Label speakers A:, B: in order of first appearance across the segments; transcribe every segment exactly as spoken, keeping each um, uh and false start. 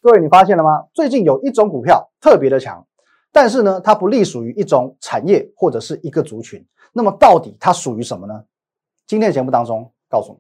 A: 各位，你发现了吗？最近有一种股票特别的强，但是呢，它不隶属于一种产业或者是一个族群。那么到底它属于什么呢？今天的节目当中告诉你。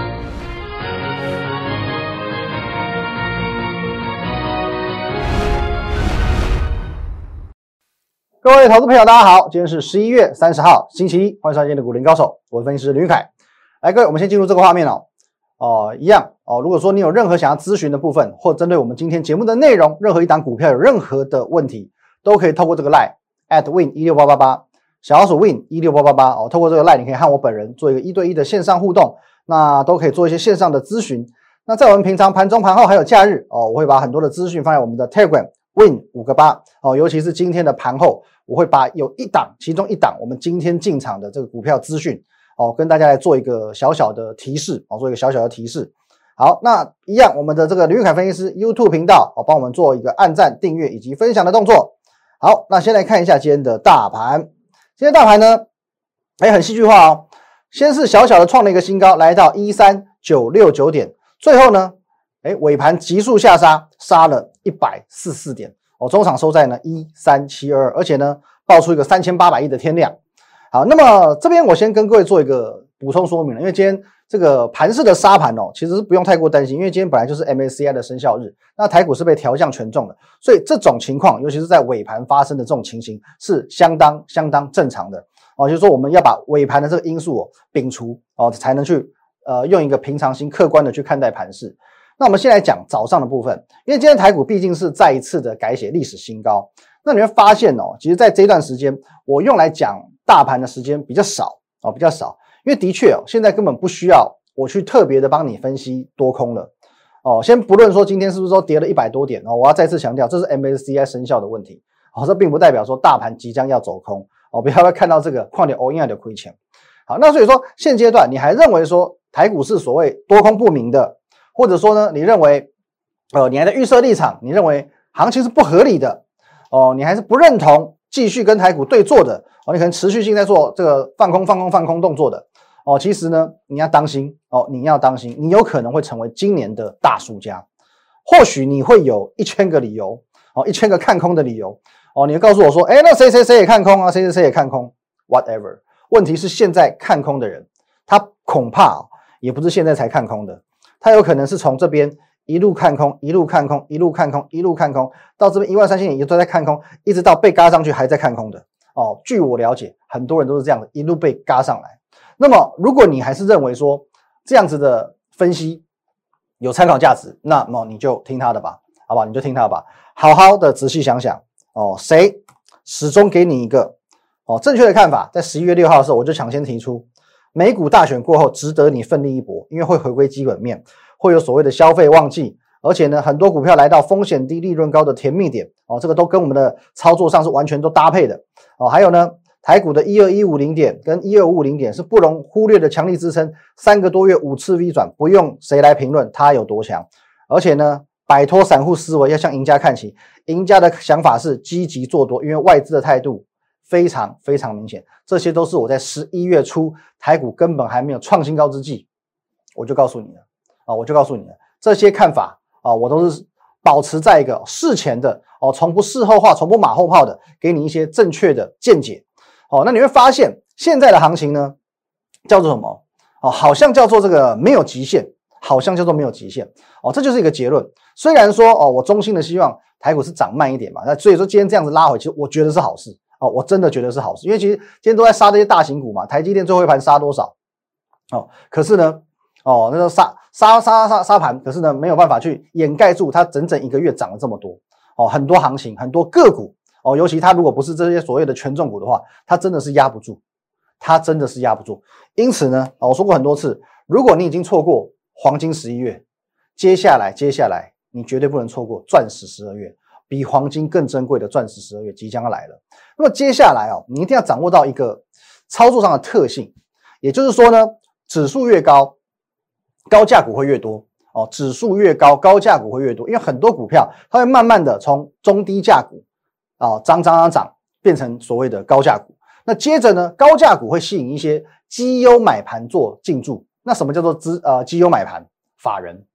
A: 各位投资朋友，大家好，今天是十一月三十号，星期一，欢迎收看今天的股林高手，我是分析师林玉凯。来，各位，我们先进入这个画面哦。哦、呃，一样哦。如果说你有任何想要咨询的部分，或针对我们今天节目的内容，任何一档股票有任何的问题，都可以透过这个 line at win 一六八八八，小老鼠 win 一六八八八哦。透过这个 line， 你可以和我本人做一个一对一的线上互动，那都可以做一些线上的咨询。那在我们平常盘中、盘后还有假日哦，我会把很多的资讯放在我们的 Telegram win 五个八哦，尤其是今天的盘后，我会把有一档，其中一档我们今天进场的这个股票资讯。哦，跟大家来做一个小小的提示，哦，做一个小小的提示。好，那一样，我们的这个林玉凯分析师 YouTube 频道，哦，帮我们做一个按赞、订阅以及分享的动作。好，那先来看一下今天的大盘。今天大盘呢，哎，很戏剧化哦。先是小小的创了一个新高，来到一三九六九点，最后呢，哎，尾盘急速下杀，杀了一百四十四点，哦，中场收在呢一三七二二，而且呢，爆出一个三千八百亿的天量。好，那么这边我先跟各位做一个补充说明了，因为今天这个盘势的杀盘哦，其实是不用太过担心，因为今天本来就是 M A C I 的生效日，那台股是被调降权重的，所以这种情况，尤其是在尾盘发生的这种情形，是相当相当正常的哦。就是说我们要把尾盘的这个因素哦摒除哦，才能去呃用一个平常心、客观的去看待盘势。那我们先来讲早上的部分，因为今天台股毕竟是再一次的改写历史新高，那你会发现哦，其实在这段时间我用来讲大盘的时间比较少哦，比较少，因为的确哦，现在根本不需要我去特别的帮你分析多空了哦。先不论说今天是不是说跌了一百多点哦，我要再次强调，这是 M A C I 生效的问题哦，这并不代表说大盘即将要走空哦，不要看到这个况且欧印的亏钱。好，那所以说现阶段你还认为说台股是所谓多空不明的，或者说呢，你认为呃你还在预设立场，你认为行情是不合理的哦，你还是不认同继续跟台股对做的哦，你可能持续性在做这个放空、放空、放空动作的哦。其实呢，你要当心哦，你要当心，你有可能会成为今年的大输家。或许你会有一千个理由哦，一千个看空的理由哦。你会告诉我说，哎，那谁谁谁也看空啊，谁谁谁也看空 ，whatever。问题是现在看空的人，他恐怕、哦、也不是现在才看空的，他有可能是从这边一路看空，一路看空，一路看空，一路看空，到这边一万三千点也都在看空，一直到被嘎上去还在看空的哦。据我了解，很多人都是这样的，一路被嘎上来。那么，如果你还是认为说这样子的分析有参考价值，那么你就听他的吧，好吧？你就听他的吧，好好的仔细想想哦，谁始终给你一个哦正确的看法，在十一月六号的时候，我就抢先提出，美股大选过后值得你奋力一搏，因为会回归基本面。会有所谓的消费旺季，而且呢，很多股票来到风险低、利润高的甜蜜点哦，这个都跟我们的操作上是完全都搭配的哦。还有呢，台股的一二一五零点跟一二五五零点是不容忽略的强力支撑，三个多月五次 V 转，不用谁来评论它有多强。而且呢，摆脱散户思维，要向赢家看齐。赢家的想法是积极做多，因为外资的态度非常非常明显。这些都是我在十一月初台股根本还没有创新高之际，我就告诉你了。啊，我就告诉你了，这些看法啊，我都是保持在一个事前的哦，从不事后化，从不马后炮的，给你一些正确的见解。哦，那你会发现现在的行情呢，叫做什么？哦，好像叫做这个没有极限，好像叫做没有极限。哦，这就是一个结论。虽然说哦，我衷心的希望台股是涨慢一点嘛，那所以说今天这样子拉回，其实我觉得是好事哦，我真的觉得是好事，因为其实今天都在杀这些大型股嘛，台积电最后一盘杀多少？哦，可是呢。哦，那个杀杀杀杀杀盘，可是呢没有办法去掩盖住它整整一个月涨了这么多哦，很多行情，很多个股哦，尤其它如果不是这些所谓的权重股的话，它真的是压不住，它真的是压不住。因此呢，哦，我说过很多次，如果你已经错过黄金十一月，接下来接下来你绝对不能错过钻石十二月，比黄金更珍贵的钻石十二月即将要来了。那么接下来哦，你一定要掌握到一个操作上的特性，也就是说呢，指数越高。高价股会越多哦，指数越高，高价股会越多，因为很多股票它会慢慢的从中低价股啊涨涨涨涨变成所谓的高价股。那接着呢，高价股会吸引一些绩优买盘做进驻。那什么叫做资呃绩优买盘？法人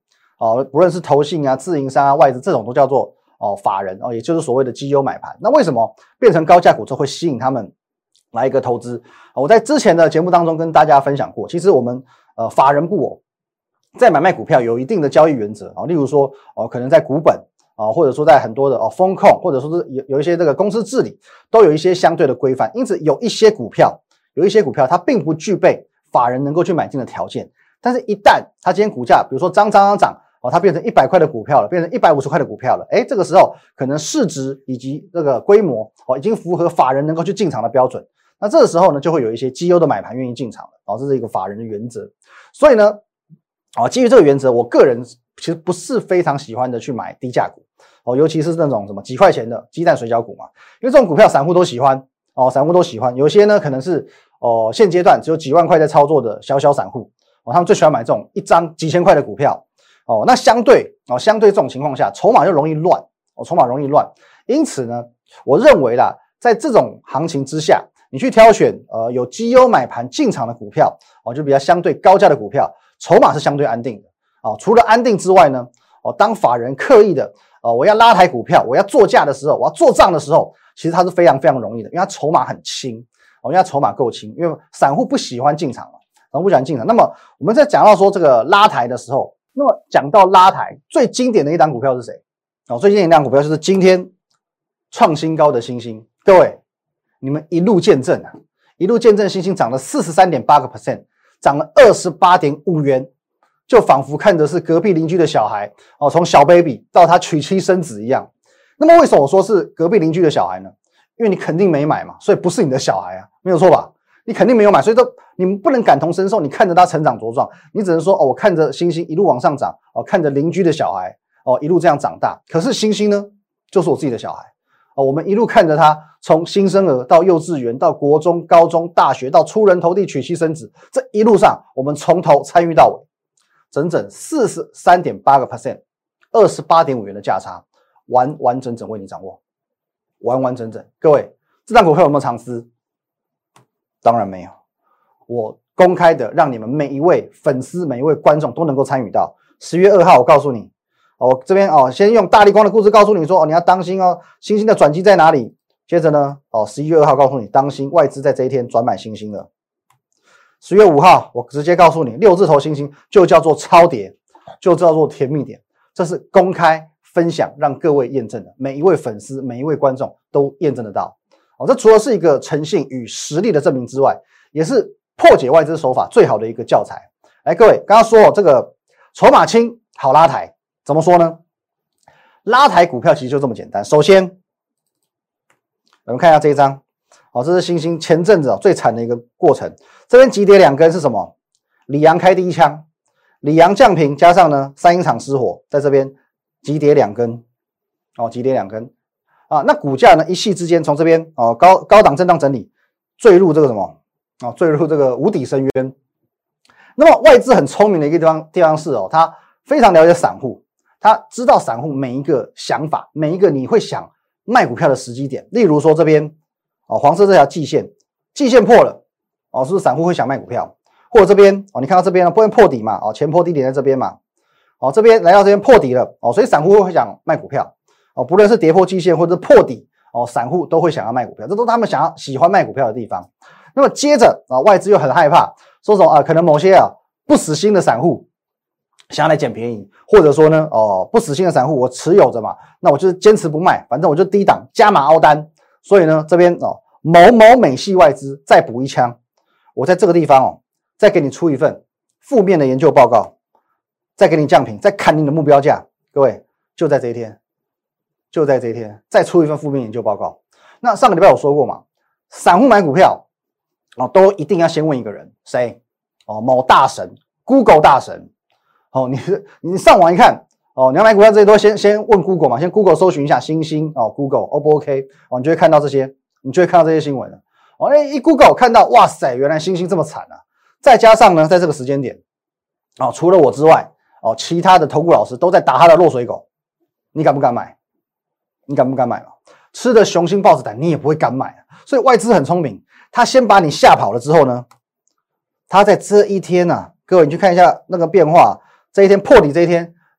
A: 哦，不论是投信啊、自营商啊、外资这种都叫做哦法人哦，也就是所谓的绩优买盘。那为什么变成高价股之后会吸引他们来一个投资？我在之前的节目当中跟大家分享过，其实我们呃法人部哦，在买卖股票有一定的交易原则啊、哦，例如说哦，可能在股本啊、哦，或者说在很多的哦风控，或者说是有有一些这个公司治理，都有一些相对的规范。因此，有一些股票，有一些股票它并不具备法人能够去买进的条件，但是一旦它今天股价，比如说涨涨涨涨哦，它变成一百块的股票了，变成一百五十块的股票了，诶，这个时候可能市值以及这个规模哦，已经符合法人能够去进场的标准。那这个时候呢，就会有一些绩优的买盘愿意进场了，哦，这是一个法人的原则。所以呢，哦，基于这个原则，我个人其实不是非常喜欢的去买低价股哦，尤其是那种什么几块钱的鸡蛋水饺股嘛，因为这种股票散户都喜欢哦，散户都喜欢。有些呢可能是哦现阶段只有几万块在操作的小小散户哦，他们最喜欢买这种一张几千块的股票哦。那相对哦，相对这种情况下，筹码就容易乱哦，筹码容易乱。因此呢，我认为啦，在这种行情之下，你去挑选呃有绩优买盘进场的股票哦，就比较相对高价的股票，筹码是相对安定的哦。除了安定之外呢，哦，当法人刻意的哦，我要拉抬股票，我要做价的时候，我要做账的时候，其实它是非常非常容易的，因为它筹码很轻哦，因为它筹码够轻，因为散户不喜欢进场嘛，散户不喜欢进场。那么我们在讲到说这个拉抬的时候，那么讲到拉抬最经典的一档股票是谁？哦，最经典的一档股票就是今天创新高的星星，各位。你们一路见证啊，一路见证星星涨了 百分之四十三点八， 涨了 二十八点五元，就仿佛看的是隔壁邻居的小孩哦，从小 baby 到他娶妻生子一样。那么为什么我说是隔壁邻居的小孩呢？因为你肯定没买嘛，所以不是你的小孩啊，没有错吧？你肯定没有买，所以都你们不能感同身受，你看着他成长茁壮，你只能说哦，我看着星星一路往上涨哦，看着邻居的小孩哦一路这样长大。可是星星呢，就是我自己的小孩哦，我们一路看着他从新生儿到幼稚园，到国中、高中、大学，到出人头地、娶妻生子，这一路上我们从头参与到尾，整整 百分之四十三点八， 二十八点五元的价差，完完整整为你掌握，完完整整。各位，这档股票有没有藏私？当然没有，我公开的让你们每一位粉丝、每一位观众都能够参与到。十月二号，我告诉你，我、哦、这边哦，先用大立光的故事告诉你说，哦，你要当心哦，星星的转机在哪里？接着呢，哦，十一月二号告诉你，当心外资在这一天转买星星了。十月五号，我直接告诉你，六字头星星就叫做超跌，就叫做甜蜜点，这是公开分享，让各位验证的，每一位粉丝、每一位观众都验证得到。哦，这除了是一个诚信与实力的证明之外，也是破解外资手法最好的一个教材。来，各位，刚刚说哦，这个筹码轻好拉抬，怎么说呢？拉抬股票其实就这么简单。首先，我们看一下这一张，哦，这是星星前阵子哦最惨的一个过程。这边急跌两根是什么？里昂开第一枪，里昂降频加上呢三鹰厂失火，在这边急跌两根，哦，急跌两根啊。那股价呢一夕之间从这边哦高高档震荡整理，坠入这个什么？哦，坠入这个无底深渊。那么外资很聪明的一个地方地方是哦，他非常了解散户，他知道散户每一个想法，每一个你会想卖股票的时机点。例如说这边哦，黄色这条季线，季线破了哦，是不是散户会想卖股票？或者这边哦，你看到这边呢，不会破底嘛？哦，前破低点在这边嘛？哦，这边来到这边破底了哦，所以散户会想卖股票哦，不论是跌破季线或者是破底哦，散户都会想要卖股票，这都是他们想要喜欢卖股票的地方。那么接着啊，外资又很害怕，说什么啊？可能某些啊不死心的散户想要来捡便宜，或者说呢，哦，不死心的散户我持有着嘛，那我就是坚持不卖，反正我就低档加码凹单。所以呢，这边哦，某某美系外资再补一枪，我在这个地方哦，再给你出一份负面的研究报告，再给你降频，再砍你的目标价。各位，就在这一天，就在这一天，再出一份负面研究报告。那上个礼拜我说过嘛，散户买股票哦，都一定要先问一个人，谁？哦，某大神 ，Google 大神。哦，你你上网一看，哦，你要买股票这些都先先问 Google 嘛，先 Google 搜寻一下星星哦 ，Google O 不 OK？ 哦，你就会看到这些，你就会看到这些新闻了。哦，那一 Google 看到，哇塞，原来星星这么惨啊！再加上呢，在这个时间点，哦，除了我之外，哦，其他的投顾老师都在打他的落水狗，你敢不敢买？你敢不敢买嘛？吃的雄心豹子胆，你也不会敢买啊。所以外资很聪明，他先把你吓跑了之后呢，他在这一天啊，各位你去看一下那个变化。这一天破底，这一天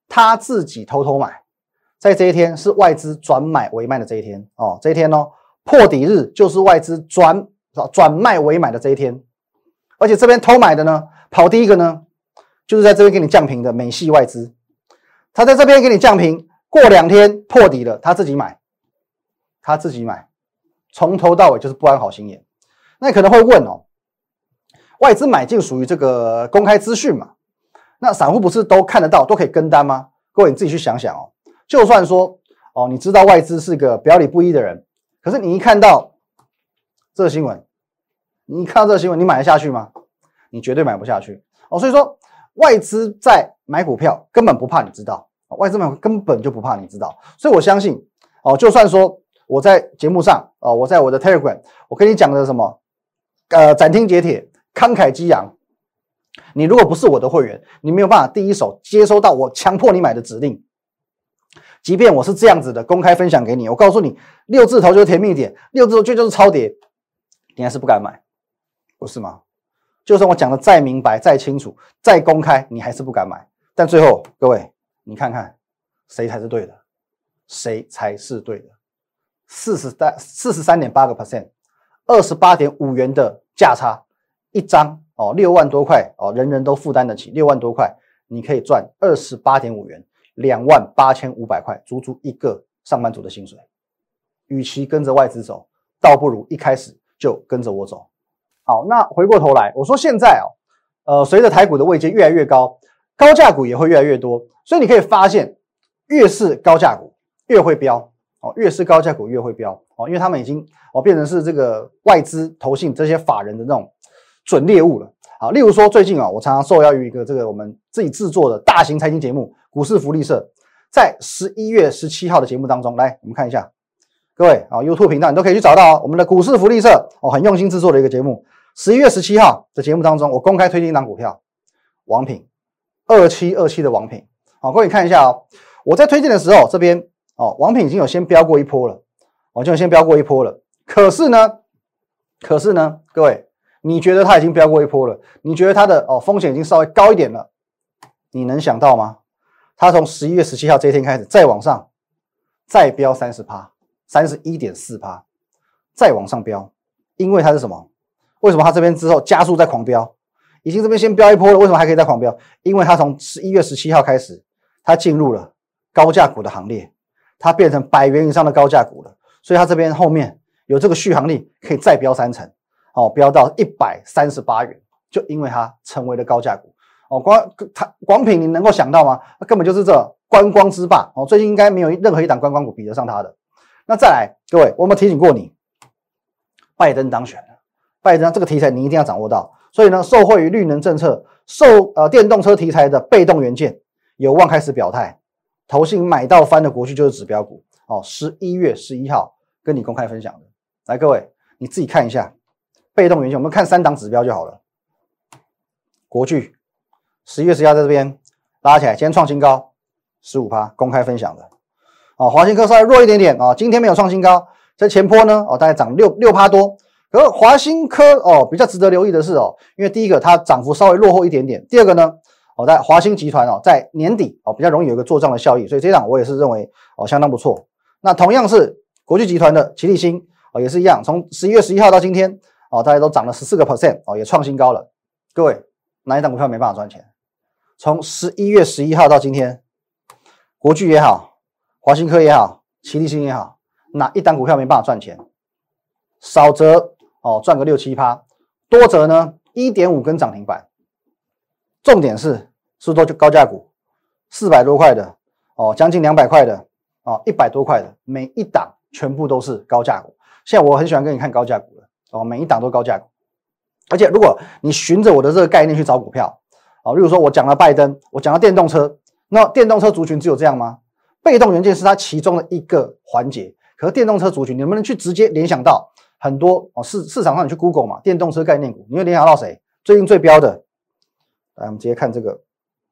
A: 他自己偷偷买，在这一天是外资转买为卖的这一天哦，这一天哦破底日就是外资转转卖为买的这一天，而且这边偷买的呢，跑第一个呢，就是在这边给你降平的美系外资，他在这边给你降平，过两天破底了，他自己买，他自己买，从头到尾就是不安好心眼。那你可能会问哦，外资买进属于这个公开资讯嘛？那散户不是都看得到，都可以跟单吗？各位你自己去想想哦。就算说哦，你知道外资是个表里不一的人，可是你一看到这个新闻，你一看到这个新闻，你买得下去吗？你绝对买不下去哦。所以说外资在买股票根本不怕你知道，外资买根本就不怕你知道。所以我相信哦，就算说我在节目上哦，我在我的 Telegram， 我跟你讲的什么呃斩钉截铁、慷慨激昂。你如果不是我的会员，你没有办法第一手接收到我强迫你买的指令。即便我是这样子的公开分享给你，我告诉你六字头就是甜蜜点，六字头就就是超跌，你还是不敢买，不是吗？就算我讲的再明白、再清楚、再公开，你还是不敢买。但最后，各位，你看看谁才是对的？谁才是对的？四十三四十三点八个 percent， 二十八点五元的价差，一张哦，六万多块哦，人人都负担得起，六万多块，你可以赚二十八点五元，两万八千五百块，足足一个上班族的薪水。与其跟着外资走，倒不如一开始就跟着我走。好，那回过头来，我说现在哦，呃，随着台股的位阶越来越高，高价股也会越来越多，所以你可以发现，越是高价股越会飙哦，越是高价股越会飙哦，因为他们已经哦变成是这个外资、投信这些法人的那种准猎物了。好，例如说最近啊、哦，我常常受邀于一个这个我们自己制作的大型财经节目《股市福利社》，在十一月十七号的节目当中，来我们看一下，各位啊、哦、，YouTube 频道你都可以去找到、哦、我们的《股市福利社》哦，很用心制作的一个节目。十一月十七号的节目当中，我公开推荐一档股票，王品二七二七的王品。好，各位看一下哦，我在推荐的时候，这边哦，王品已经有先飙过一波了，哦，就有先飙过一波了。可是呢，可是呢，各位，你觉得它已经飙过一波了？你觉得它的哦风险已经稍微高一点了？你能想到吗？它从十一月十七号这一天开始，再往上，再飙 百分之三十， 三十一点四， 再往上飙，因为它是什么？为什么它这边之后加速再狂飙？已经这边先飙一波了，为什么还可以再狂飙？因为它从十一月十七号开始，它进入了高价股的行列，它变成百元以上的高价股了，所以它这边后面有这个续航力，可以再飙三成，哦，飙到一百三十八元，就因为它成为了高价股。哦，光它广品你能够想到吗？它根本就是这观光之霸哦，最近应该没有任何一档观光股比得上它的。那再来，各位，我们提醒过你，拜登当选了。拜登这个题材你一定要掌握到，所以呢，受惠于绿能政策，受呃电动车题材的被动元件有望开始表态，投信买到翻的国巨就是指标股哦。十一月十一号跟你公开分享的，来各位你自己看一下被动元件，我们看三档指标就好了。国巨十一月十一号在这边拉起来，今天创新高 百分之十五， 公开分享的哦。华新科稍微弱一点点哦，今天没有创新高，在前波呢哦大概涨 六 六% 多。而华新科哦，比较值得留意的是哦，因为第一个它涨幅稍微落后一点点，第二个呢，哦，在华新集团哦，在年底哦比较容易有一个做账的效益，所以这一档我也是认为哦相当不错。那同样是国巨集团的奇力新哦也是一样，从十一月十一号到今天哦，大家都涨了 百分之十四 哦，也创新高了。各位哪一档股票没办法赚钱？从十一月十一号到今天，国巨也好，华新科也好，奇力新也好，哪一档股票没办法赚钱？少则哦，赚个 百分之六七， 多则呢 一点五 根涨停板。重点是是多高价股，四百多块的哦，将近两百块的哦，一百多块的，每一档全部都是高价股。现在我很喜欢跟你看高价股了哦，每一档都高价股。而且如果你循着我的这个概念去找股票哦，例如说我讲了拜登，我讲了电动车，那电动车族群只有这样吗？被动元件是它其中的一个环节，可是电动车族群你能不能去直接联想到？很多哦，市市场上你去 Google 嘛，电动车概念股，你会联想到谁？最近最标的，来我们直接看这个，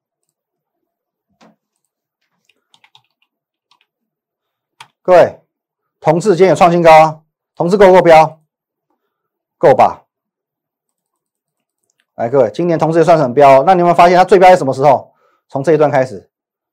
A: 各位，同志今天有创新高啊，同志够不够标？够吧？来，各位，今年同志也算是很标，那你有没有发现它最标在什么时候？从这一段开始，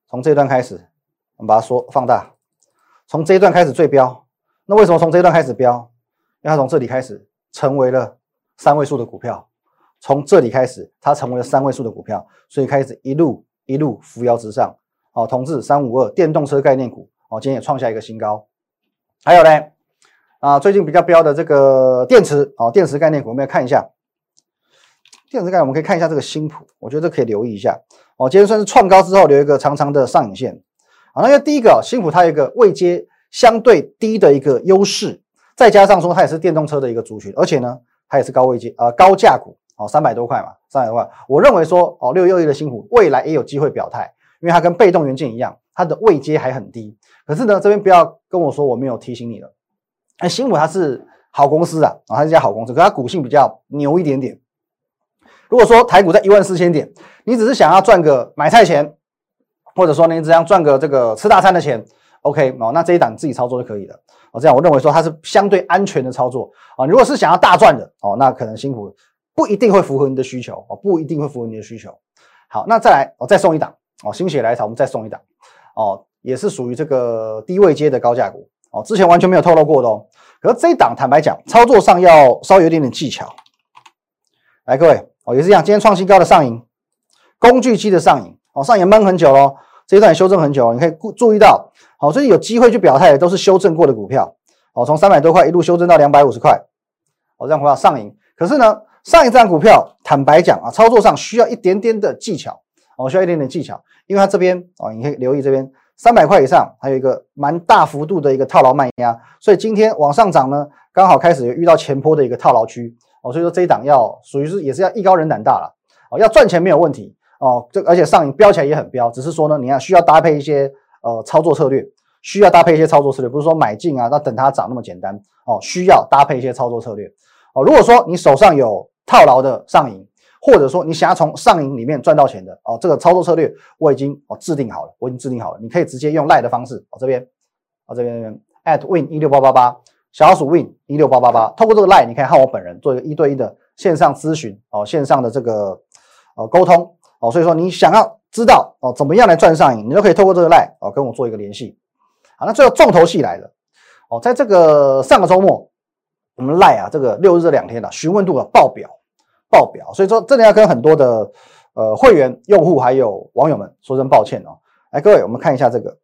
A: 从这一段开始，我们把它缩放大，从这一段开始最标。那为什么从这一段开始标？因为它从这里开始成为了三位数的股票，从这里开始它成为了三位数的股票，所以开始一路一路扶摇直上。哦，同志三五二电动车概念股，哦，今天也创下一个新高。还有呢，啊，最近比较标的这个电池，哦，电池概念股，我们来看一下。电池概念，我们可以看一下这个新普，我觉得这可以留意一下。哦，今天算是创高之后留一个长长的上影线。啊，那因为第一个、哦、新普它有一个位阶相对低的一个优势，再加上说它也是电动车的一个族群，而且呢，它也是高位阶呃高价股，哦，三百多块嘛，三百多块。我认为说，哦，六一二一的新普未来也有机会表态。因为它跟被动元件一样，它的位阶还很低。可是呢，这边不要跟我说我没有提醒你了。哎，新普它是好公司啊，啊，它是一家好公司，可是它股性比较牛一点点。如果说台股在一万四千点，你只是想要赚个买菜钱，或者说你只想赚个这个吃大餐的钱 ，OK 哦，那这一档自己操作就可以了。哦，这样我认为说它是相对安全的操作啊。如果是想要大赚的哦，那可能新普不一定会符合你的需求哦，不一定会符合你的需求。好，那再来我、哦、再送一档。哦，心血来潮，我们再送一档哦，也是属于这个低位阶的高价股哦，之前完全没有透露过的哦。可是这一档坦白讲，操作上要稍微有点点技巧。来，各位哦，也是一样，今天创新高的上影，工具机的上影哦，上影闷很久咯，这一段也修正很久了，你可以注意到，好、哦，所以有机会去表态的都是修正过的股票哦，从三百多块一路修正到两百五十块，哦，这样股票上影。可是呢，上影这档股票，坦白讲啊，操作上需要一点点的技巧。哦，需要一点点技巧，因为它这边哦，你可以留意这边三百块以上，还有一个蛮大幅度的一个套牢卖压，所以今天往上涨呢，刚好开始有遇到前波的一个套牢区哦，所以说这一档要属于是也是要艺高人胆大了哦，要赚钱没有问题哦，这而且上影飙起来也很飙，只是说呢，你要需要搭配一些呃操作策略，需要搭配一些操作策略，不是说买进啊，那等它涨那么简单哦，需要搭配一些操作策略哦。如果说你手上有套牢的上影，或者说你想要从上影里面赚到钱的哦，这个操作策略我已经哦制定好了，我已经制定好了，你可以直接用 LINE 的方式哦，这边哦这边 at win 一六八八八 小老鼠 win 一六八八八，透过这个 LINE 你可以和我本人做一个一对一的线上咨询哦，线上的这个呃沟通哦，所以说你想要知道哦怎么样来赚上影，你都可以透过这个 LINE 哦跟我做一个联系。好，那最后重头戏来了哦，在这个上个周末我们 LINE 啊这个六日这两天啊询问度啊爆表。爆表，所以说真的要跟很多的呃会员、用户还有网友们说声抱歉哦。来，各位，我们看一下这个。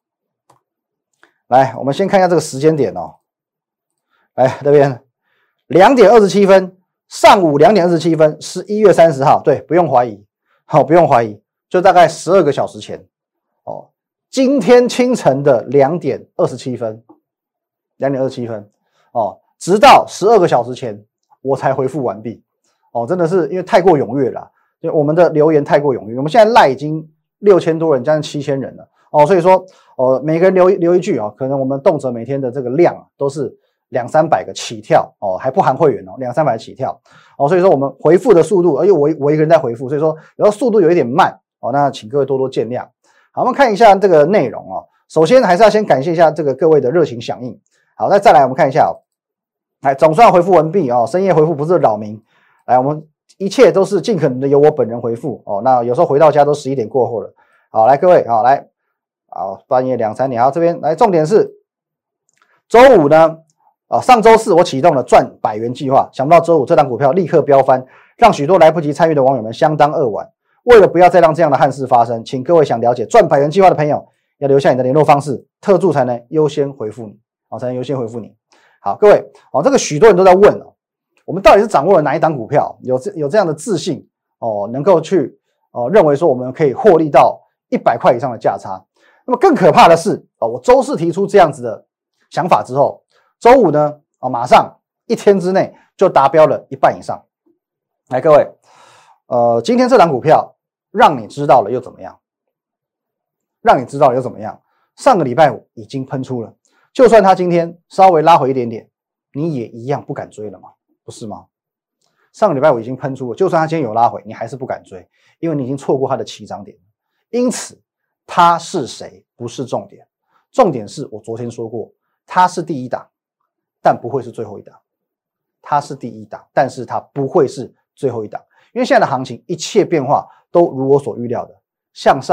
A: 来，我们先看一下这个时间点哦。来这边两点二十七分，上午两点二十七分，十一月三十号，对，不用怀疑，好，不用怀疑，就大概十二个小时前哦。今天清晨的两点二十七分，两点二十七分哦，直到十二个小时前我才回复完毕。哦，真的是因为太过踊跃了，就我们的留言太过踊跃。我们现在赖已经六千多人，将近七千人了哦，所以说，呃，每个人留留一句啊、哦，可能我们动辄每天的这个量啊，都是两三百个起跳哦，还不含会员哦，两三百起跳哦，所以说我们回复的速度，而且我我一个人在回复，所以说有时候速度有一点慢哦，那请各位多多见谅。好，我们看一下这个内容哦，首先还是要先感谢一下这个各位的热情响应。好，那再来我们看一下哦，来总算回复完毕哦，深夜回复不是扰民。来，我们一切都是尽可能的由我本人回复哦。那有时候回到家都十一点过后了。好，来各位，好来，好半夜两三点，好这边来，重点是周五呢，啊上周四我启动了赚百元计划，想不到周五这档股票立刻飙翻，让许多来不及参与的网友们相当扼腕。为了不要再让这样的憾事发生，请各位想了解赚百元计划的朋友，要留下你的联络方式，特助才能优先回复你，哦才能优先回复你。好，各位，哦这个许多人都在问哦。我们到底是掌握了哪一档股票，有这有这样的自信哦，能够去哦认为说我们可以获利到一百块以上的价差。那么更可怕的是哦，我周四提出这样子的想法之后，周五呢哦马上一天之内就达标了一半以上。来各位，呃今天这档股票让你知道了又怎么样？让你知道了又怎么样？上个礼拜五已经喷出了，就算它今天稍微拉回一点点，你也一样不敢追了嘛？不是吗？上个礼拜我已经喷出了，就算它今天有拉回，你还是不敢追，因为你已经错过它的起涨点。因此，它是谁不是重点，重点是我昨天说过，它是第一档，但不会是最后一档。它是第一档，但是它不会是最后一档，因为现在的行情一切变化都如我所预料的向上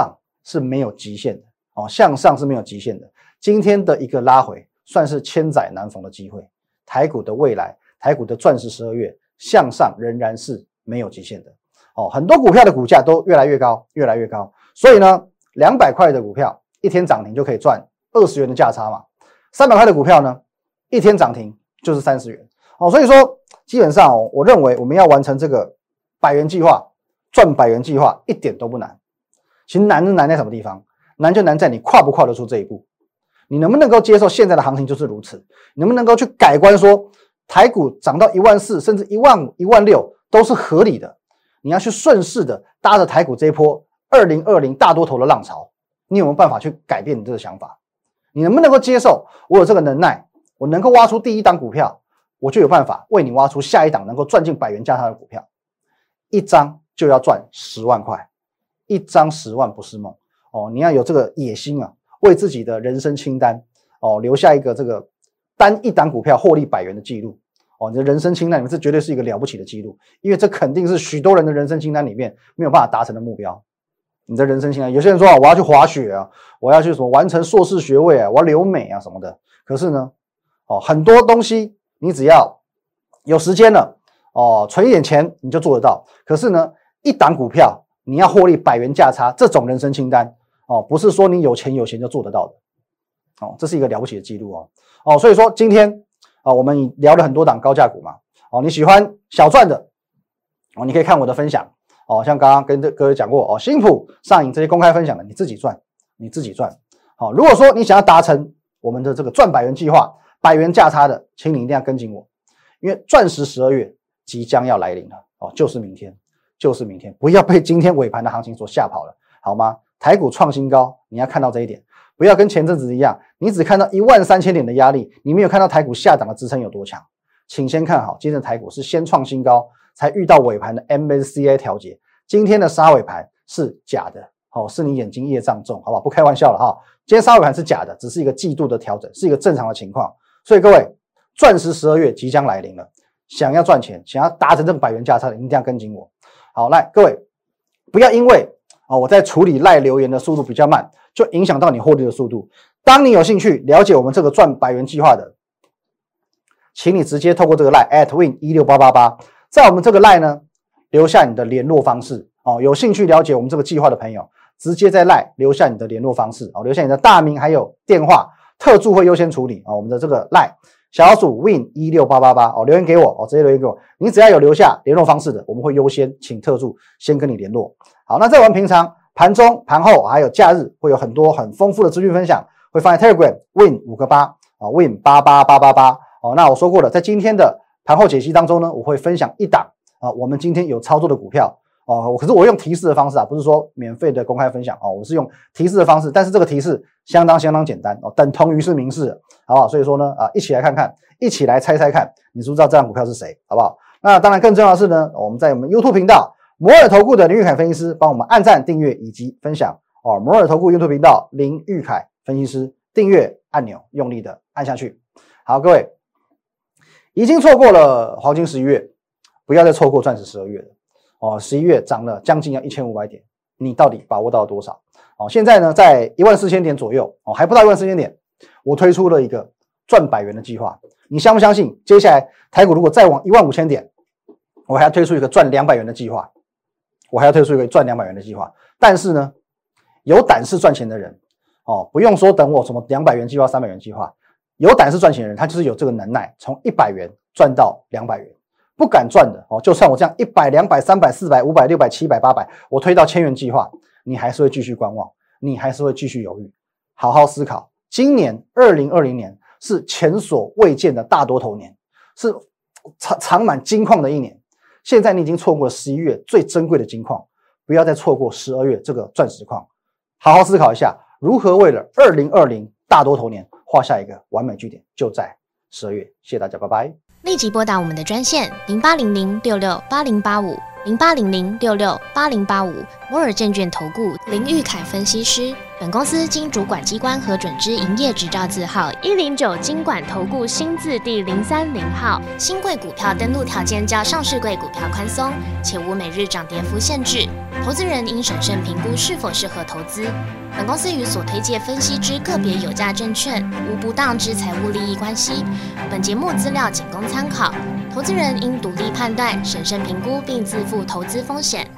A: 是没有极限的哦，向上是没有极限的。今天的一个拉回，算是千载难逢的机会。台股的未来，台股的钻石十二月向上仍然是没有极限的哦。很多股票的股价都越来越高，越来越高。所以呢，两百块的股票一天涨停就可以赚二十元的价差嘛。三百块的股票呢，一天涨停就是三十元哦。所以说，基本上哦，我认为我们要完成这个百元计划，赚百元计划一点都不难。其实难是难在什么地方？难就难在你跨不跨得出这一步。你能不能够接受现在的行情就是如此？你能不能够去改观说台股涨到一万四甚至一万五、一万六都是合理的？你要去顺势的搭着台股这一波二零二零大多头的浪潮，你有没有办法去改变你这个想法？你能不能够接受我有这个能耐，我能够挖出第一档股票，我就有办法为你挖出下一档能够赚进百元价差的股票？一张就要赚十万块，一张十万不是梦哦！你要有这个野心啊！为自己的人生清单哦留下一个这个单一档股票获利百元的记录哦，你的人生清单里面这绝对是一个了不起的记录，因为这肯定是许多人的人生清单里面没有办法达成的目标。你的人生清单，有些人说啊，我要去滑雪啊，我要去什么完成硕士学位啊，我要留美啊什么的。可是呢，哦，很多东西你只要有时间了哦，存一点钱你就做得到。可是呢，一档股票你要获利百元价差，这种人生清单。哦，不是说你有钱有闲就做得到的，哦，这是一个了不起的记录哦，哦，所以说今天啊、哦，我们聊了很多档高价股嘛，哦，你喜欢小赚的，哦，你可以看我的分享，哦，像刚刚跟各位讲过，哦，新普、上影这些公开分享的，你自己赚，你自己赚，好、哦，如果说你想要达成我们的这个赚百元计划，百元价差的，请你一定要跟紧我，因为钻石十二月即将要来临了，哦，就是明天，就是明天，不要被今天尾盘的行情所吓跑了，好吗？台股创新高，你要看到这一点，不要跟前阵子一样，你只看到一万三千点的压力，你没有看到台股下档的支撑有多强。请先看好，今天的台股是先创新高，才遇到尾盘的 M A C I 调节。今天的杀尾盘是假的，哦，是你眼睛业障重，好不好？不开玩笑了哈。今天杀尾盘是假的，只是一个季度的调整，是一个正常的情况。所以各位，钻石十二月即将来临了，想要赚钱，想要达成这个百元价差的，一定要跟紧我。好，来各位，不要因为哦，我在处理赖留言的速度比较慢，就影响到你获利的速度。当你有兴趣了解我们这个赚百元计划的，请你直接透过这个赖 at win 一六八八八，在我们这个赖呢留下你的联络方式哦。有兴趣了解我们这个计划的朋友，直接在赖留下你的联络方式哦，留下你的大名还有电话，特助会优先处理啊、哦。我们的这个赖小老鼠 win 一六八八八哦，留言给我哦，直接留言给我。你只要有留下联络方式的，我们会优先请特助先跟你联络。好，那在我们平常盘中、盘后还有假日，会有很多很丰富的资讯分享，会放在 Telegram Win 五个八啊 ，Win 八八八八八哦。那我说过了，在今天的盘后解析当中呢，我会分享一档啊，我们今天有操作的股票哦。可是我用提示的方式啊，不是说免费的公开分享哦，我是用提示的方式，但是这个提示相当相当简单哦，等同于是明示，好不好？所以说呢啊，一起来看看，一起来猜猜看，你知不知道这档股票是谁，好不好？那当然更重要的是呢，我们在我们 YouTube 频道。摩尔投顾的林玉凯分析师帮我们按赞、订阅以及分享哦。摩尔投顾 YouTube 频道林玉凯分析师订阅按钮用力的按下去。好，各位已经错过了黄金十一月，不要再错过钻石十二月了哦。十一月涨了将近要一千五百点，你到底把握到了多少？哦，现在呢在一万四千点左右哦，还不到一万四千点，我推出了一个赚百元的计划。你相不相信？接下来台股如果再往一万五千点，我还要推出一个赚两百元的计划。我还要推出一个赚两百元的计划，但是呢，有胆识赚钱的人哦，不用说等我什么两百元计划、三百元计划，有胆识赚钱的人，他就是有这个能耐，从一百元赚到两百元。不敢赚的哦，就算我这样一百、两百、三百、四百、五百、六百、七百、八百，我推到千元计划，你还是会继续观望，你还是会继续犹豫。好好思考，今年二零二零年是前所未见的大多头年，是藏藏满金矿的一年。现在你已经错过了十一月最珍贵的金矿，不要再错过十二月这个钻石矿。好好思考一下，如何为了二零二零大多头年画下一个完美句点，就在十二月。谢谢大家，拜拜。
B: 立即拨打我们的专线零八零零六六八零八五零八零零六六八零八五摩尔证券投顾林玉凯分析师。 本公司经主管机关核准之营业执照字号一零九金管投顾新字第零三零号。新贵股票登录条件较上市贵股票宽松，且无每日涨跌幅限制。投资人应审慎评估是否适合投资。本公司与所推介分析之个别有价证券无不当之财务利益关系。本节目资料仅供参考，投资人应独立判断、审慎评估并自负投资风险。